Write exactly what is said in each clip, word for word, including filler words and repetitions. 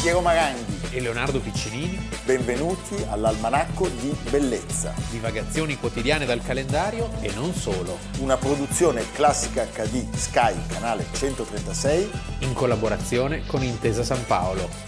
Piero Maranghi e Leonardo Piccinini. Benvenuti all'Almanacco di Bellezza. Divagazioni quotidiane dal calendario e non solo. Una produzione Classica acca di Sky, canale centotrentasei. In collaborazione con Intesa San Paolo.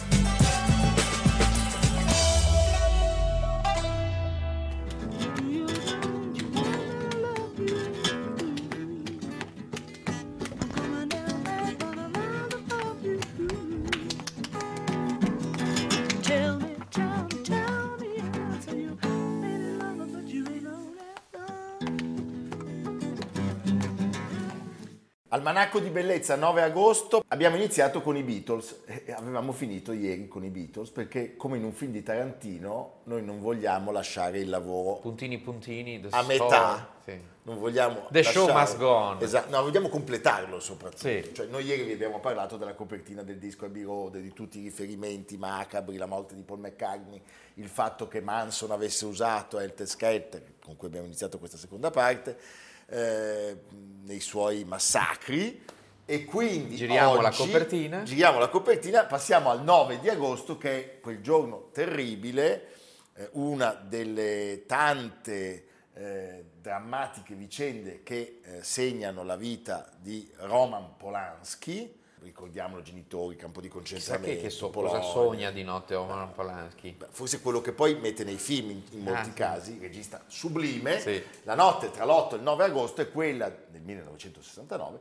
Almanacco di Bellezza, nove agosto, abbiamo iniziato con i Beatles e avevamo finito ieri con i Beatles perché, come in un film di Tarantino, noi non vogliamo lasciare il lavoro puntini puntini a metà, sì. Non vogliamo The lasciare... show must go on. Esatto, no, vogliamo completarlo soprattutto. Sì. Cioè, noi ieri vi abbiamo parlato della copertina del disco Abbey Road, di tutti i riferimenti macabri, la morte di Paul McCartney, il fatto che Manson avesse usato Helter Skelter, con cui abbiamo iniziato questa seconda parte, Eh, nei suoi massacri, e quindi giriamo oggi, la copertina giriamo la copertina, passiamo al nove di agosto, che è quel giorno terribile, eh, una delle tante eh, drammatiche vicende che eh, segnano la vita di Roman Polanski. Ricordiamolo, genitori, campo di concentramento. Chissà che, che so, Polonia. Cosa sogna di notte Roman Polanski? Forse quello che poi mette nei film in, in molti ah, sì. casi, regista sublime. Sì. La notte tra l'otto e il nove agosto è quella del millenovecentosessantanove,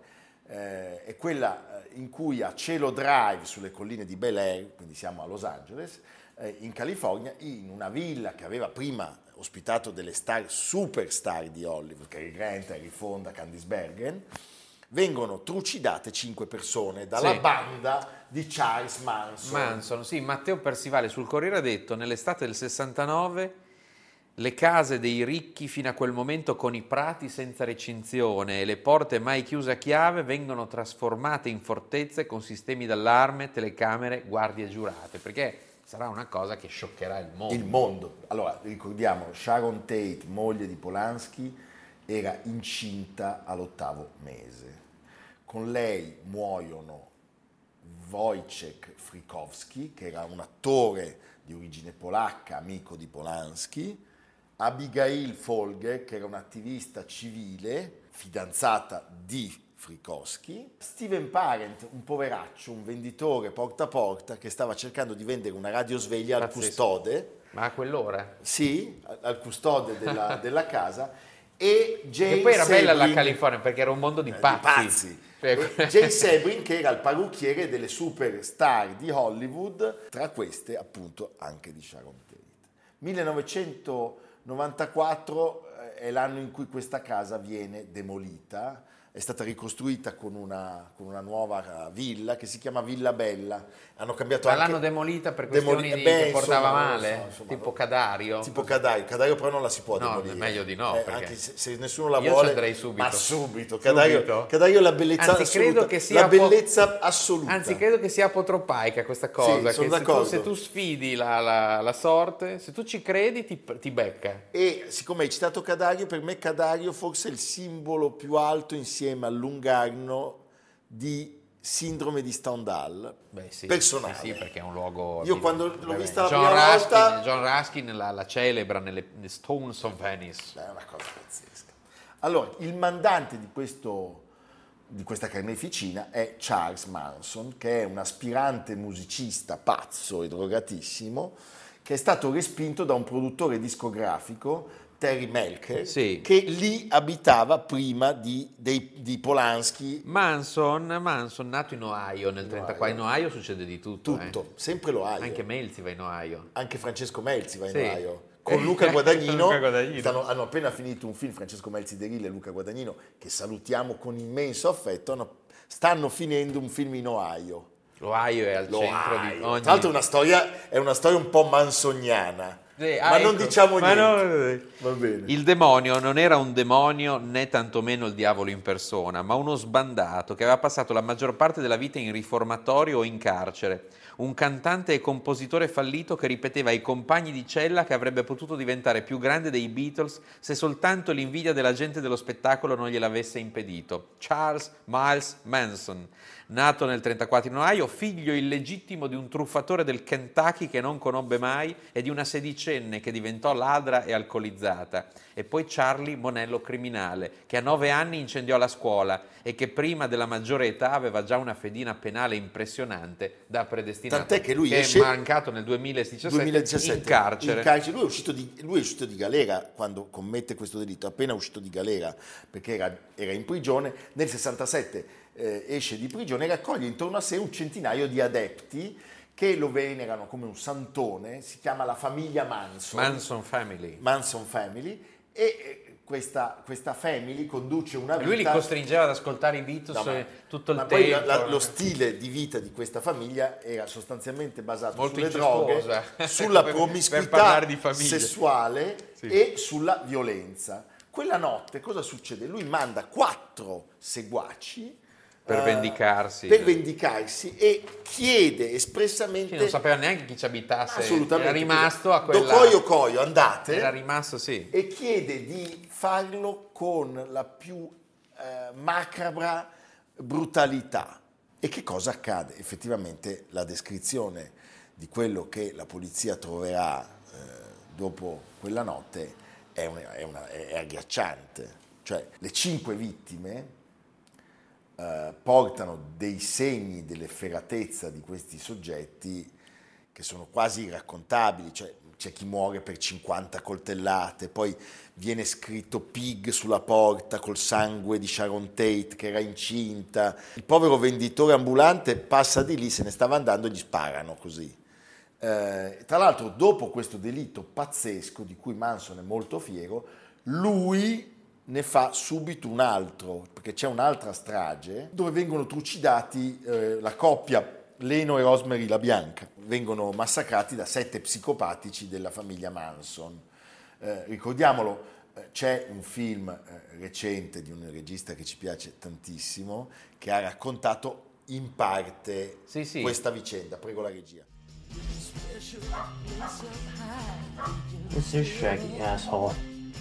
eh, è quella in cui a Cielo Drive, sulle colline di Bel Air, quindi siamo a Los Angeles, eh, in California, in una villa che aveva prima ospitato delle star, superstar di Hollywood, Cary Grant, Harry Fonda, Candice Bergen, vengono trucidate cinque persone dalla sì. banda di Charles Manson. Manson, sì, Matteo Persivale sul Corriere ha detto: nell'estate del sessantanove le case dei ricchi fino a quel momento con i prati senza recinzione e le porte mai chiuse a chiave vengono trasformate in fortezze con sistemi d'allarme, telecamere, guardie giurate, perché sarà una cosa che scioccherà il mondo. Il mondo. Allora, ricordiamo, Sharon Tate, moglie di Polanski, era incinta all'ottavo mese. Con lei muoiono Wojciech Frykowski, che era un attore di origine polacca, amico di Polanski, Abigail Folger, che era un'attivista civile, fidanzata di Frykowski, Steven Parent, un poveraccio, un venditore porta a porta che stava cercando di vendere una radiosveglia al Pazzesco. custode. Ma a quell'ora? Sì, al custode della, della casa. E Jay che poi era Sebring, bella la California perché era un mondo di pazzi, di pazzi. E Jay Sebring, che era il parrucchiere delle superstar di Hollywood, tra queste appunto anche di Sharon Tate. millenovecentonovantaquattro è l'anno in cui questa casa viene demolita, è stata ricostruita con una, con una nuova villa che si chiama Villa Bella. Hanno cambiato Ma anche... l'hanno demolita per questioni demoli- di beh, che portava insomma, male? non so, insomma, tipo Cadario? Tipo Cadario, Cadario però non la si può No, demolire. è meglio di no, Eh, perché- anche se, se nessuno la Io vuole, ci andrei subito. ma subito. Cadario, Subito? Cadario è la bellezza Anzi, assoluta. credo che sia la po- bellezza assoluta. Anzi, credo che sia apotropaica questa cosa, Sì, che sono se tu, d'accordo. se tu sfidi la, la- la sorte, se tu ci credi ti, ti becca. E siccome hai citato Cadario, per me Cadario forse è il simbolo più alto insieme all'Ungarno di sindrome di Stendhal. Beh, sì, personale. sì, sì, perché è un luogo... Io di- quando l'ho veramente. vista la John prima Ruskin, volta... John Ruskin la, la celebra nelle, nelle Stones of Venice. È una cosa pazzesca. Allora, il mandante di, questo, di questa carneficina è Charles Manson, che è un aspirante musicista pazzo e drogatissimo, che è stato respinto da un produttore discografico, Terry Melcher, Sì. che lì abitava prima di, dei, di Polanski. Manson, Manson, nato in Ohio nel In trentaquattro, Ohio. in Ohio succede di tutto. Tutto, eh. sempre lo hai. Anche Melzi va in Ohio. Anche Francesco Melzi va in Sì. Ohio. Con Luca Guadagnino, Luca Guadagnino. stanno- hanno appena finito un film, Francesco Melzi De Rille e Luca Guadagnino, che salutiamo con immenso affetto, hanno- stanno finendo un film in Ohio. L'Ohio è al L'Ohio. centro di ogni... Tra l'altro è una storia, è una storia un po' mansoniana. Sì, ah, ma ecco. non diciamo Ma niente. no, Va bene. Il demonio non era un demonio né tantomeno il diavolo in persona, ma uno sbandato che aveva passato la maggior parte della vita in riformatorio o in carcere. Un cantante e compositore fallito che ripeteva ai compagni di cella che avrebbe potuto diventare più grande dei Beatles se soltanto l'invidia della gente dello spettacolo non gliel'avesse impedito. Charles Miles Manson, nato nel trentaquattro in Ohio, figlio illegittimo di un truffatore del Kentucky che non conobbe mai e di una sedicenne che diventò ladra e alcolizzata. E poi Charlie, monello criminale, che a nove anni incendiò la scuola e che prima della maggiore età aveva già una fedina penale impressionante da predestinato. Tant'è che lui che esce- è mancato nel duemiladiciassette, duemiladiciassette in carcere. in carcere. Lui, è uscito di, lui è uscito di galera quando commette questo delitto, appena uscito di galera perché era, era in prigione. Nel sessantasette eh, esce di prigione e raccoglie intorno a sé un centinaio di adepti che lo venerano come un santone. Si chiama la famiglia Manson. Manson Family. Manson Family, e eh, questa, questa family conduce una vita... Lui li costringeva ad ascoltare i Beatles No, ma- tutto il ma tempo. poi la- la- lo stile di vita di questa famiglia era sostanzialmente basato Molto sulle incestuosa. droghe, sulla Per- per promiscuità parlare di famiglia. sessuale Sì. e sulla violenza. Quella notte cosa succede? Lui manda quattro seguaci Per eh, vendicarsi. per vendicarsi e chiede espressamente... Sì, non sapeva neanche chi ci abitasse. Assolutamente. Era rimasto a quella... Docoio coio, andate. Era rimasto, sì. E chiede di farlo con la più eh, macabra brutalità. E che cosa accade? Effettivamente la descrizione di quello che la polizia troverà eh, dopo quella notte è, una- è una- è agghiacciante. Cioè, le cinque vittime eh, portano dei segni dell'efferatezza di questi soggetti che sono quasi irraccontabili. Cioè, c'è chi muore per cinquanta coltellate, poi viene scritto Pig sulla porta col sangue di Sharon Tate che era incinta. Il povero venditore ambulante passa di lì, se ne stava andando e gli sparano così. Eh, tra l'altro, dopo questo delitto pazzesco di cui Manson è molto fiero, lui ne fa subito un altro, perché c'è un'altra strage dove vengono trucidati eh, la coppia Leno e Rosemary La Bianca, vengono massacrati da sette psicopatici della famiglia Manson. Eh, ricordiamolo, eh, c'è un film eh, recente di un regista che ci piace tantissimo che ha raccontato in parte Sì, sì. questa vicenda. Prego la regia. What's this shaggy asshole?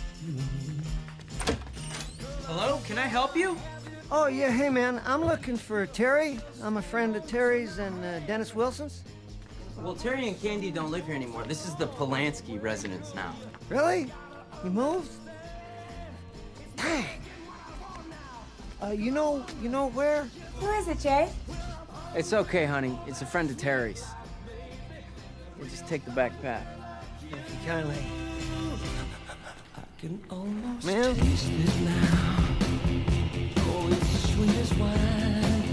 Hello, can I help you? Oh, yeah, hey, man, I'm looking for Terry. I'm a friend of Terry's and uh, Dennis Wilson's. Well, Terry and Candy don't live here anymore. This is the Polanski residence now. Really? You moved? Dang. Uh, you know, you know where? Who is it, Jay? It's okay, honey. It's a friend of Terry's. We'll just take the back path. Thank you kindly. Can almost Man. taste it now. Oh, it's sweet as wine.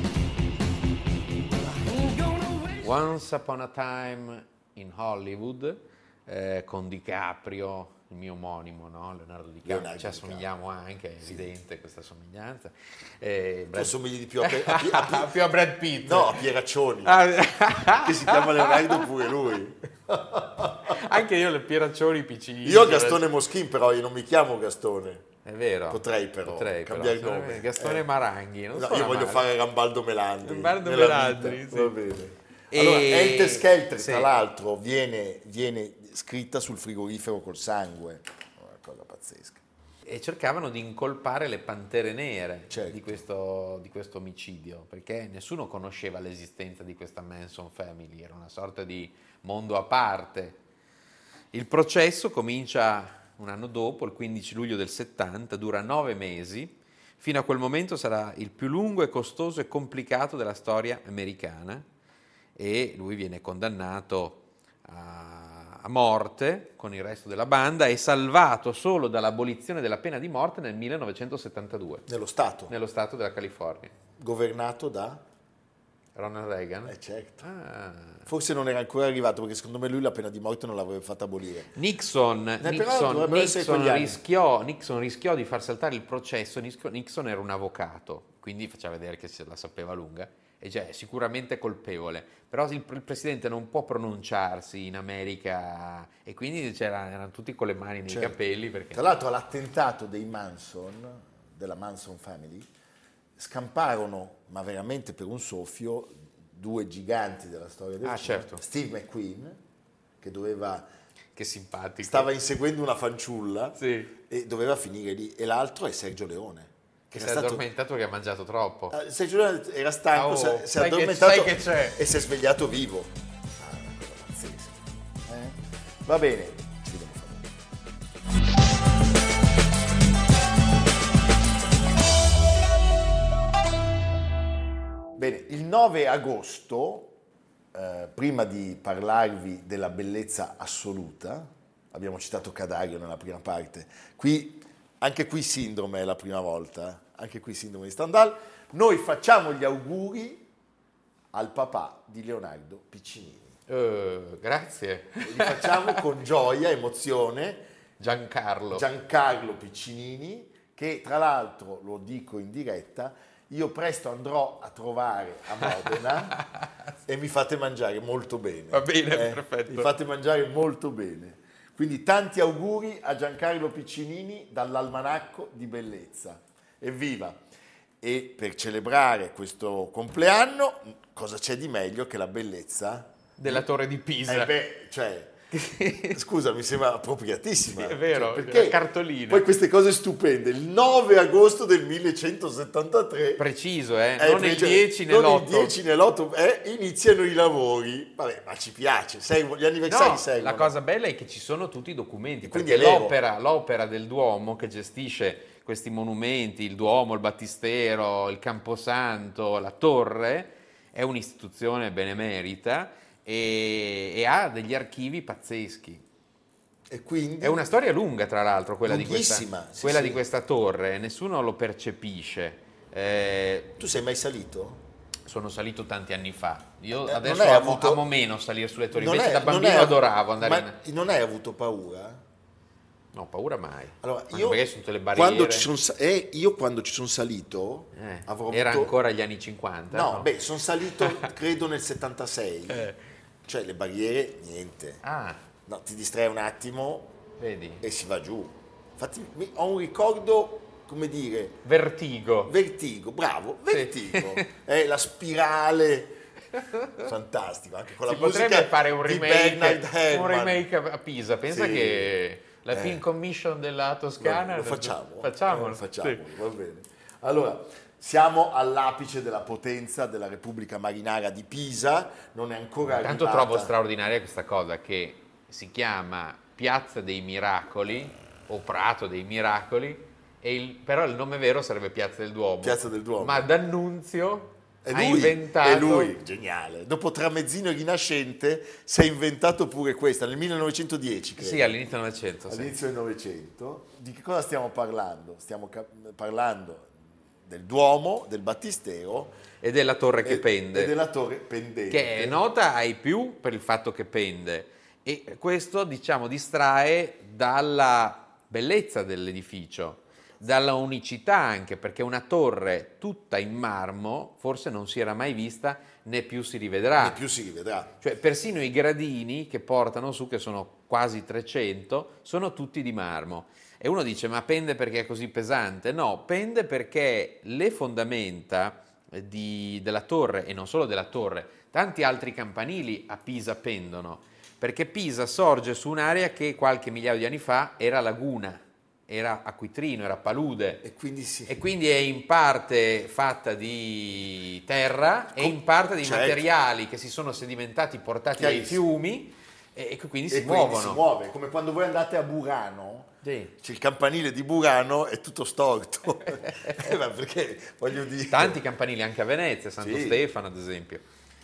I'm gonna waste. Once Upon a Time in Hollywood, eh, con DiCaprio, il mio omonimo, no? Leonardo DiCaprio. Leonardo Ci assomigliamo anche, è evidente questa somiglianza. Eh, Tu Brad- assomigli di più a, Pe- a Pi- a Pi- più a Brad Pitt. no, a Pieraccioni, Ah, che si chiama Leonardo pure lui. anche io le Pieraccioni piccini. Io ho Gastone Moschin, però io non mi chiamo Gastone. È vero. Potrei però Potrei, cambiare però. il nome. Gastone Eh. Maranghi. Non No, suona io voglio male. fare Rambaldo Melandri. Rambaldo nella Melandri, vita. sì. Va bene. E- Allora, Helter Skelter, sì. tra l'altro, viene, viene scritta sul frigorifero col sangue. Una cosa pazzesca. E cercavano di incolpare le pantere nere Certo. di, questo, di questo omicidio, perché nessuno conosceva l'esistenza di questa Manson Family, era una sorta di mondo a parte. Il processo comincia un anno dopo, il quindici luglio del settanta, dura nove mesi. Fino a quel momento sarà il più lungo e costoso e complicato della storia americana e lui viene condannato a, a morte con il resto della banda e salvato solo dall'abolizione della pena di morte nel millenovecentosettantadue Nello Stato, nello stato della California. governato da... Ronald Reagan? Eh certo. Ah. Forse non era ancora arrivato, perché secondo me lui la pena di morte non l'avrebbe fatta abolire. Nixon, però Nixon, dovrebbero essere Nixon quegli anni. rischiò, Nixon rischiò di far saltare il processo. Nixon, Nixon era un avvocato, quindi faceva vedere che se la sapeva lunga. e cioè, è sicuramente colpevole, però il, il presidente non può pronunciarsi in America e quindi c'era, erano tutti con le mani nei Certo. capelli. Perché... Tra l'altro all'attentato dei Manson, della Manson Family, scamparono, ma veramente per un soffio, due giganti della storia del Ah, cinema. certo. Steve McQueen, che doveva... Che simpatico. Stava inseguendo una fanciulla Sì. e doveva finire lì. E l'altro è Sergio Leone. Che era si è stato- addormentato che ha mangiato troppo. Ah, Sergio Leone era stanco, Oh, si è- si è sai che- addormentato sai che c'è. e si è svegliato vivo. Ah, una cosa pazzesca. Eh? Va bene, ci vediamo fra poco. Bene, il nove agosto, eh, prima di parlarvi della bellezza assoluta, abbiamo citato Cadario nella prima parte, qui, anche qui sindrome è la prima volta, eh? Anche qui sindrome di Stendhal, noi facciamo gli auguri al papà di Leonardo Piccinini. Eh, grazie. E li facciamo con gioia, emozione, Giancarlo. Giancarlo Piccinini, che tra l'altro, lo dico in diretta, io presto andrò a trovare a Modena e mi fate mangiare molto bene. Va bene, Eh, perfetto. Mi fate mangiare molto bene. Quindi tanti auguri a Giancarlo Piccinini dall'Almanacco di Bellezza. Evviva! E per celebrare questo compleanno, cosa c'è di meglio che la bellezza? Della Torre di Pisa. Eh beh, cioè... Scusa, mi sembra appropriatissima. Sì, è vero, Cioè, perché la cartolina. poi queste cose stupende, il nove agosto del millecentosettantatré, Preciso, eh? eh, non il cioè, dieci non nell'otto. il dieci nell'otto, eh, iniziano i lavori. Vabbè, ma ci piace, seguo- gli anniversari No, seguono. la cosa bella è che ci sono tutti i documenti, Quindi perché è vero. l'opera, l'opera del Duomo che gestisce questi monumenti, il Duomo, il Battistero, il Camposanto, la Torre, è un'istituzione benemerita e, e ha degli archivi pazzeschi. E quindi È una storia lunga, tra l'altro, quella, di questa, Lunghissima, sì, quella sì. di questa torre, nessuno lo percepisce. Eh, tu sei mai salito? sono salito tanti anni fa. Io Eh, adesso non hai amo, avuto- amo meno salire sulle torri, Non invece è- da non bambino è- adoravo andare ma in... non hai avuto paura? No, paura mai. Allora, Anche io perché ci sono tutte le barriere. quando ci sono, sa- eh, io quando ci sono salito Eh, avrò era avuto... ancora gli anni cinquanta? No, beh, sono salito credo nel settantasei. Eh. Cioè le barriere, niente. Ah, No, ti distrai un attimo vedi? e si va giù. Infatti mi- ho un ricordo, come dire, Vertigo. vertigo, bravo, Sì. vertigo. È la spirale, fantastico, anche con Si la musica potrebbe fare un di Bernard remake, Herrmann. un remake a a Pisa. Pensa Sì. che la Eh. Film Commission della Toscana... Lo facciamo? Facciamolo. Eh, facciamo, Sì. va bene. Allora, siamo all'apice della potenza della Repubblica Marinara di Pisa, non è ancora Tanto arrivata... trovo straordinaria questa cosa che si chiama Piazza dei Miracoli o Prato dei Miracoli, e il- però il nome vero sarebbe Piazza del Duomo. Piazza del Duomo. Ma D'Annunzio È ha lui, inventato... è lui, geniale. Dopo Tramezzino e Rinascente si è inventato pure questa, nel millenovecentodieci, credo. Sì, all'inizio del Novecento. Sì. All'inizio del Novecento. Di che cosa stiamo parlando? Stiamo cap- parlando del Duomo, del Battistero E della torre che e, pende. e della torre pendente. Che è nota ai più per il fatto che pende, e questo, diciamo, distrae dalla bellezza dell'edificio, dalla unicità anche, perché una torre tutta in marmo forse non si era mai vista né più si rivedrà. Ne più si rivedrà. Cioè, persino i gradini che portano su, che sono quasi trecento, sono tutti di marmo. E uno dice, ma pende perché è così pesante? No, pende perché le fondamenta di- della torre, e non solo della torre, tanti altri campanili a Pisa pendono, perché Pisa sorge su un'area che qualche migliaio di anni fa era laguna, era acquitrino, era palude. E quindi si... E quindi è in parte fatta di terra e Com- in parte di certo. materiali che si sono sedimentati, portati dai Chiarissimo. fiumi e e che quindi e si quindi muovono. si muove, come quando voi andate a Burano, Sì. c'è il campanile di Burano, è tutto storto. Eh, ma perché, voglio dire... Tanti campanili anche a Venezia, Santo Sì. Stefano ad esempio.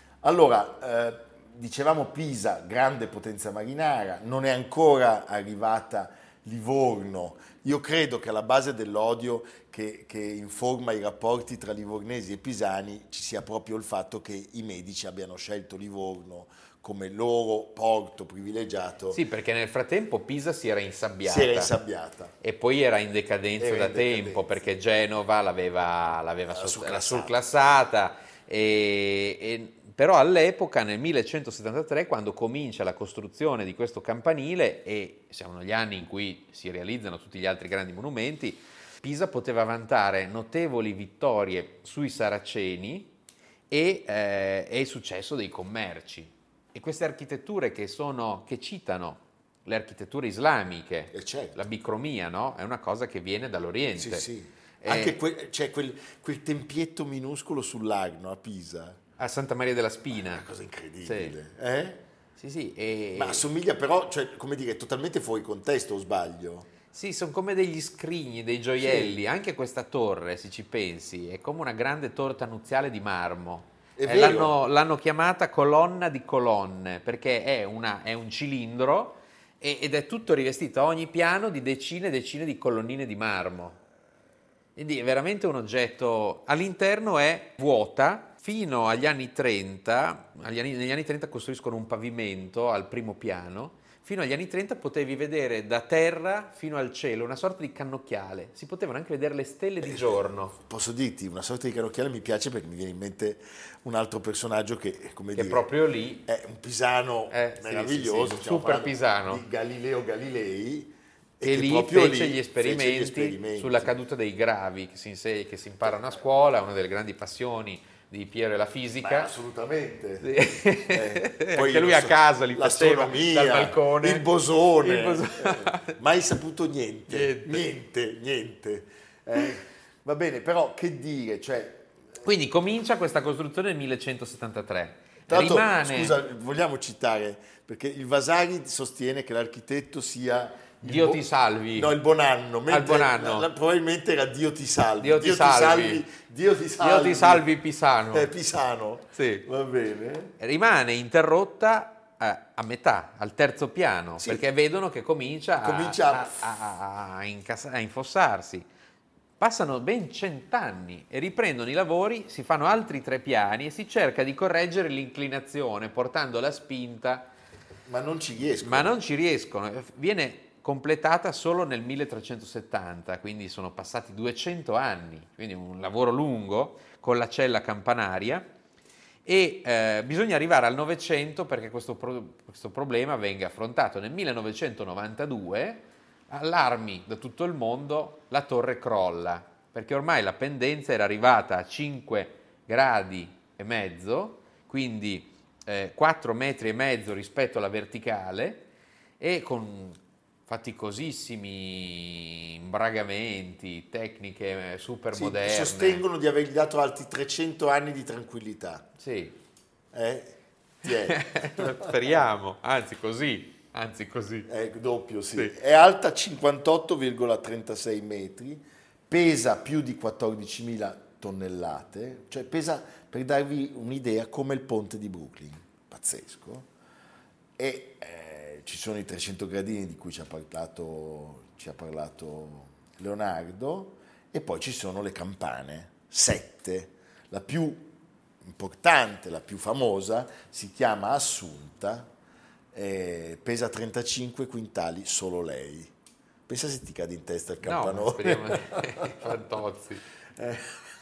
Allora, eh, dicevamo Pisa, grande potenza marinara, non è ancora arrivata Livorno. Io credo che alla base dell'odio che, che informa i rapporti tra livornesi e pisani ci sia proprio il fatto che i medici abbiano scelto Livorno come loro porto privilegiato. Sì, perché nel frattempo Pisa si era insabbiata. Si era insabbiata. E poi era in decadenza Era da in tempo, decadenza. perché Genova l'aveva, l'aveva Era sotto- era surclassata. surclassata E, e, però all'epoca, nel millecentosettantatré, quando comincia la costruzione di questo campanile, e siamo negli anni in cui si realizzano tutti gli altri grandi monumenti, Pisa poteva vantare notevoli vittorie sui Saraceni e eh, è il successo dei commerci. E queste architetture che, sono, che citano le architetture islamiche, Eh, certo. la bicromia, no? È una cosa che viene dall'Oriente. Sì, sì. E- Anche que- c'è quel, quel tempietto minuscolo sull'Agno a Pisa, a Santa Maria della una Spina. cosa incredibile. Eh? Sì, sì. E... Ma assomiglia però, cioè, come dire, totalmente fuori contesto, o sbaglio? Sì, sono come degli scrigni, dei gioielli. Anche questa torre, se ci pensi, è come una grande torta nuziale di marmo. È Eh, vero. l'hanno, l'hanno chiamata colonna di colonne, perché è, una, è un cilindro e- ed è tutto rivestito a ogni piano di decine e decine di colonnine di marmo. Quindi è veramente un oggetto. All'interno è vuota. Fino agli anni trenta, agli anni- negli anni trenta costruiscono un pavimento al primo piano. Fino agli anni trenta potevi vedere da terra fino al cielo una sorta di cannocchiale. Si potevano anche vedere le stelle di giorno. Posso dirti, una sorta di cannocchiale mi piace perché mi viene in mente un altro personaggio che, come Che dire, proprio lì è un pisano Eh, sì, meraviglioso, sì, sì, stiamo super parlando pisano. di Galileo Galilei, e E che lì proprio fece, lì gli esperimenti fece gli esperimenti. sulla caduta dei gravi che si, inse- che si imparano a scuola, una delle grandi passioni di Piero è la Ma fisica. assolutamente. Sì. Eh, poi Anche lui lo a so- casa li faceva l'astronomia, dal balcone. il bosone, Il bosone. eh, mai saputo niente, Niente. niente, niente. Eh, va bene, però che dire, cioè, Quindi comincia questa costruzione nel millecentosettantatré. tra l'altro, Rimane scusa, vogliamo citare, perché il Vasari sostiene che l'architetto sia... il Dio bo- ti salvi. No, il Bonanno. mentre Buonanno. la- la- probabilmente era Dio ti salvi. Dio ti salvi. Dio ti salvi. Dio ti salvi Pisano. Eh, Pisano. Sì. Va bene. Rimane interrotta a, a metà, al terzo piano, Sì. perché vedono che comincia, a- Comincia a, a- a incassa- a infossarsi. Passano ben cent'anni e riprendono i lavori, si fanno altri tre piani e si cerca di correggere l'inclinazione portando la spinta, Ma non ci riesco. ma non ci riescono. Viene completata solo nel milletrecentosettanta, quindi sono passati duecento anni, quindi un lavoro lungo con la cella campanaria e eh, bisogna arrivare al Novecento perché questo, pro- questo problema venga affrontato. Nel millenovecentonovantadue, allarmi da tutto il mondo, la torre crolla, perché ormai la pendenza era arrivata a cinque gradi e mezzo, quindi eh, quattro metri e mezzo rispetto alla verticale, e con faticosissimi imbragamenti, tecniche super Sì, moderne. sostengono di avergli dato altri trecento anni di tranquillità. Sì. Eh? Ti è? Speriamo, anzi così, anzi così. È doppio, sì. Sì. È alta cinquantotto virgola trentasei metri, pesa più di quattordicimila tonnellate, cioè pesa, per darvi un'idea, come il ponte di Brooklyn, pazzesco. E eh, ci sono i trecento gradini di cui ci ha parlato, ci ha parlato Leonardo, e poi ci sono le campane, sette. La più importante, la più famosa, si chiama Assunta, eh, pesa trentacinque quintali solo lei. Pensa se ti cade in testa il No, campanone. speriamo di fantozzi. Eh.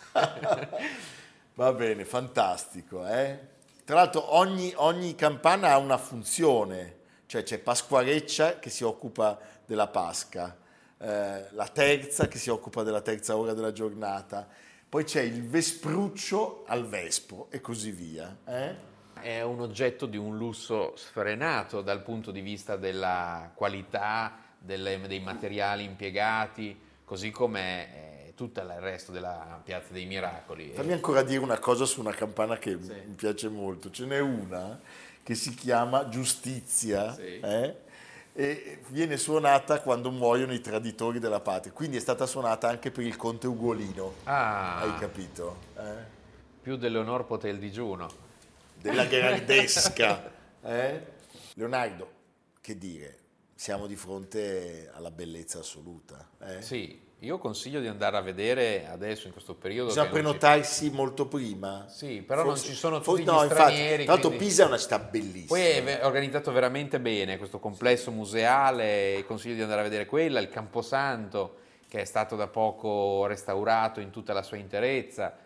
Va bene, fantastico. Eh? Tra l'altro ogni, ogni campana ha una funzione, cioè c'è Pasquareccia che si occupa della Pasca, eh, la terza che si occupa della terza ora della giornata, poi c'è il Vespruccio al Vespro e così via. Eh? È un oggetto di un lusso sfrenato dal punto di vista della qualità, delle- dei materiali impiegati, così come eh, tutto il resto della Piazza dei Miracoli. Fammi ancora dire una cosa su una campana che mi piace molto. Ce n'è una che si chiama Giustizia, Sì. eh? E viene suonata quando muoiono i traditori della patria. Quindi è stata suonata anche per il conte Ugolino. Ah, Hai capito? Eh? più dell'onor poté il digiuno. Della grandesca. Eh? Leonardo, che dire? Siamo di fronte alla bellezza assoluta. Eh? Sì, io consiglio di andare a vedere adesso in questo periodo. Bisogna che non ci- prenotarsi molto prima. Sì, però non ci sono forse- tutti no, gli infatti, stranieri, tra l'altro quindi- Pisa è una città bellissima. Poi è ve- organizzato veramente bene questo complesso museale, consiglio di andare a vedere quella, il Camposanto che è stato da poco restaurato in tutta la sua interezza,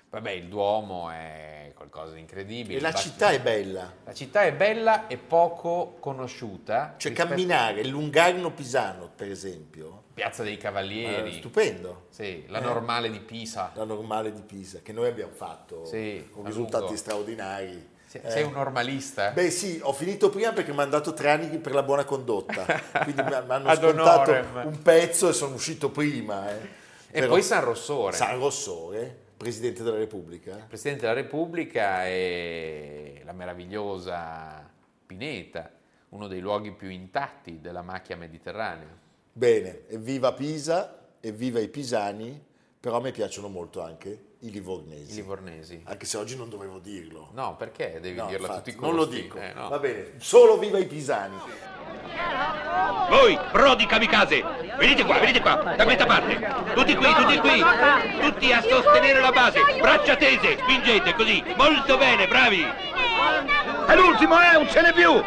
Vabbè, il Duomo è qualcosa di incredibile. E la Basti- città è bella. La città è bella e poco conosciuta. Cioè rispetto- camminare, il Lungarno Pisano, per esempio, Piazza dei Cavalieri. è stupendo. Sì, la Eh. normale di Pisa. La normale di Pisa, che noi abbiamo fatto Sì, con a risultati lungo. straordinari. Se- Eh. Sei un normalista? Beh sì, ho finito prima perché mi hanno dato tre anni per la buona condotta, quindi mi hanno Ad scontato honorem. un pezzo e sono uscito prima. eh. E Però- poi San Rossore. San Rossore, Presidente della Repubblica. Presidente della Repubblica e la meravigliosa Pineta, uno dei luoghi più intatti della macchia mediterranea. Bene, evviva Pisa, evviva i pisani, però a me piacciono molto anche i livornesi. I livornesi. Anche se oggi non dovevo dirlo. No, perché devi No, dirlo a infatti, tutti i costi? non lo dico. Eh, no. Va bene, solo viva i pisani. Voi, brodi kamikaze, venite qua, venite qua, da questa parte. Tutti qui, tutti qui. Tutti a sostenere la base. Braccia tese, spingete così. Molto bene, bravi. È l'ultimo, eh, non ce n'è più.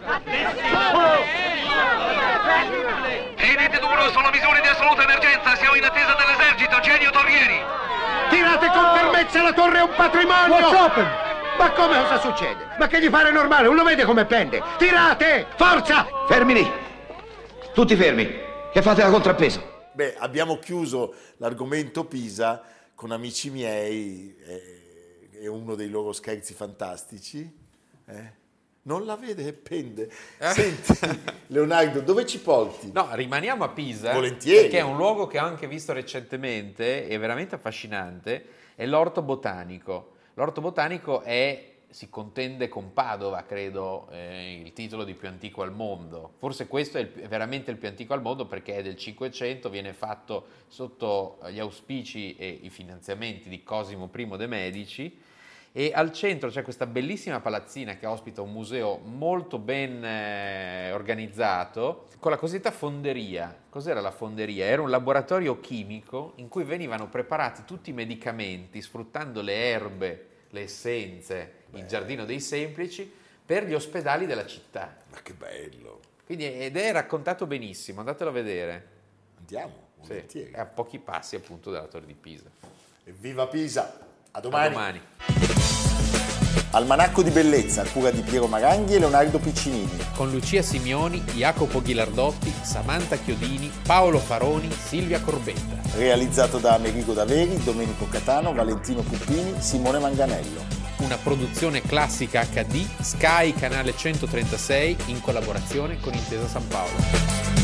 Tenete duro, sono misure di assoluta emergenza. Siamo in attesa dell'esercito. Genio Torrieri. Tirate con fermezza, la torre è un patrimonio! What's open? Ma come, cosa succede? Ma che gli pare normale? Non lo vede come pende? Tirate! Forza! Fermi lì. Tutti fermi. Che fate la contrappeso. Beh, abbiamo chiuso l'argomento Pisa con amici miei, eh, è uno dei loro scherzi fantastici. eh. Non la vede e pende. Senti, Leonardo, dove ci porti? No, rimaniamo a Pisa. Volentieri. Perché è un luogo che ho anche visto recentemente, è veramente affascinante, è l'Orto Botanico. L'Orto Botanico è, si contende con Padova, credo, eh, il titolo di più antico al mondo. Forse questo è, il, è veramente il più antico al mondo perché è del Cinquecento, viene fatto sotto gli auspici e i finanziamenti di Cosimo I de' Medici. E al centro c'è questa bellissima palazzina che ospita un museo molto ben eh, organizzato con la cosiddetta fonderia. Cos'era la fonderia? Era un laboratorio chimico in cui venivano preparati tutti i medicamenti sfruttando le erbe, le essenze, il giardino dei semplici per gli ospedali della città. Ma che bello. Quindi, ed è raccontato benissimo, andatelo a vedere. Andiamo, Sì, volentieri. è a pochi passi appunto dalla Torre di Pisa. Evviva Pisa. A A domani. domani. Almanacco di bellezza, a cura di Piero Maranghi e Leonardo Piccinini. Con Lucia Simioni, Jacopo Ghilardotti, Samantha Chiodini, Paolo Faroni, Silvia Corbetta. Realizzato da Amerigo Daveri, Domenico Catano, Valentino Puppini, Simone Manganello. Una produzione classica acca di Sky Canale centotrentasei in collaborazione con Intesa San Paolo.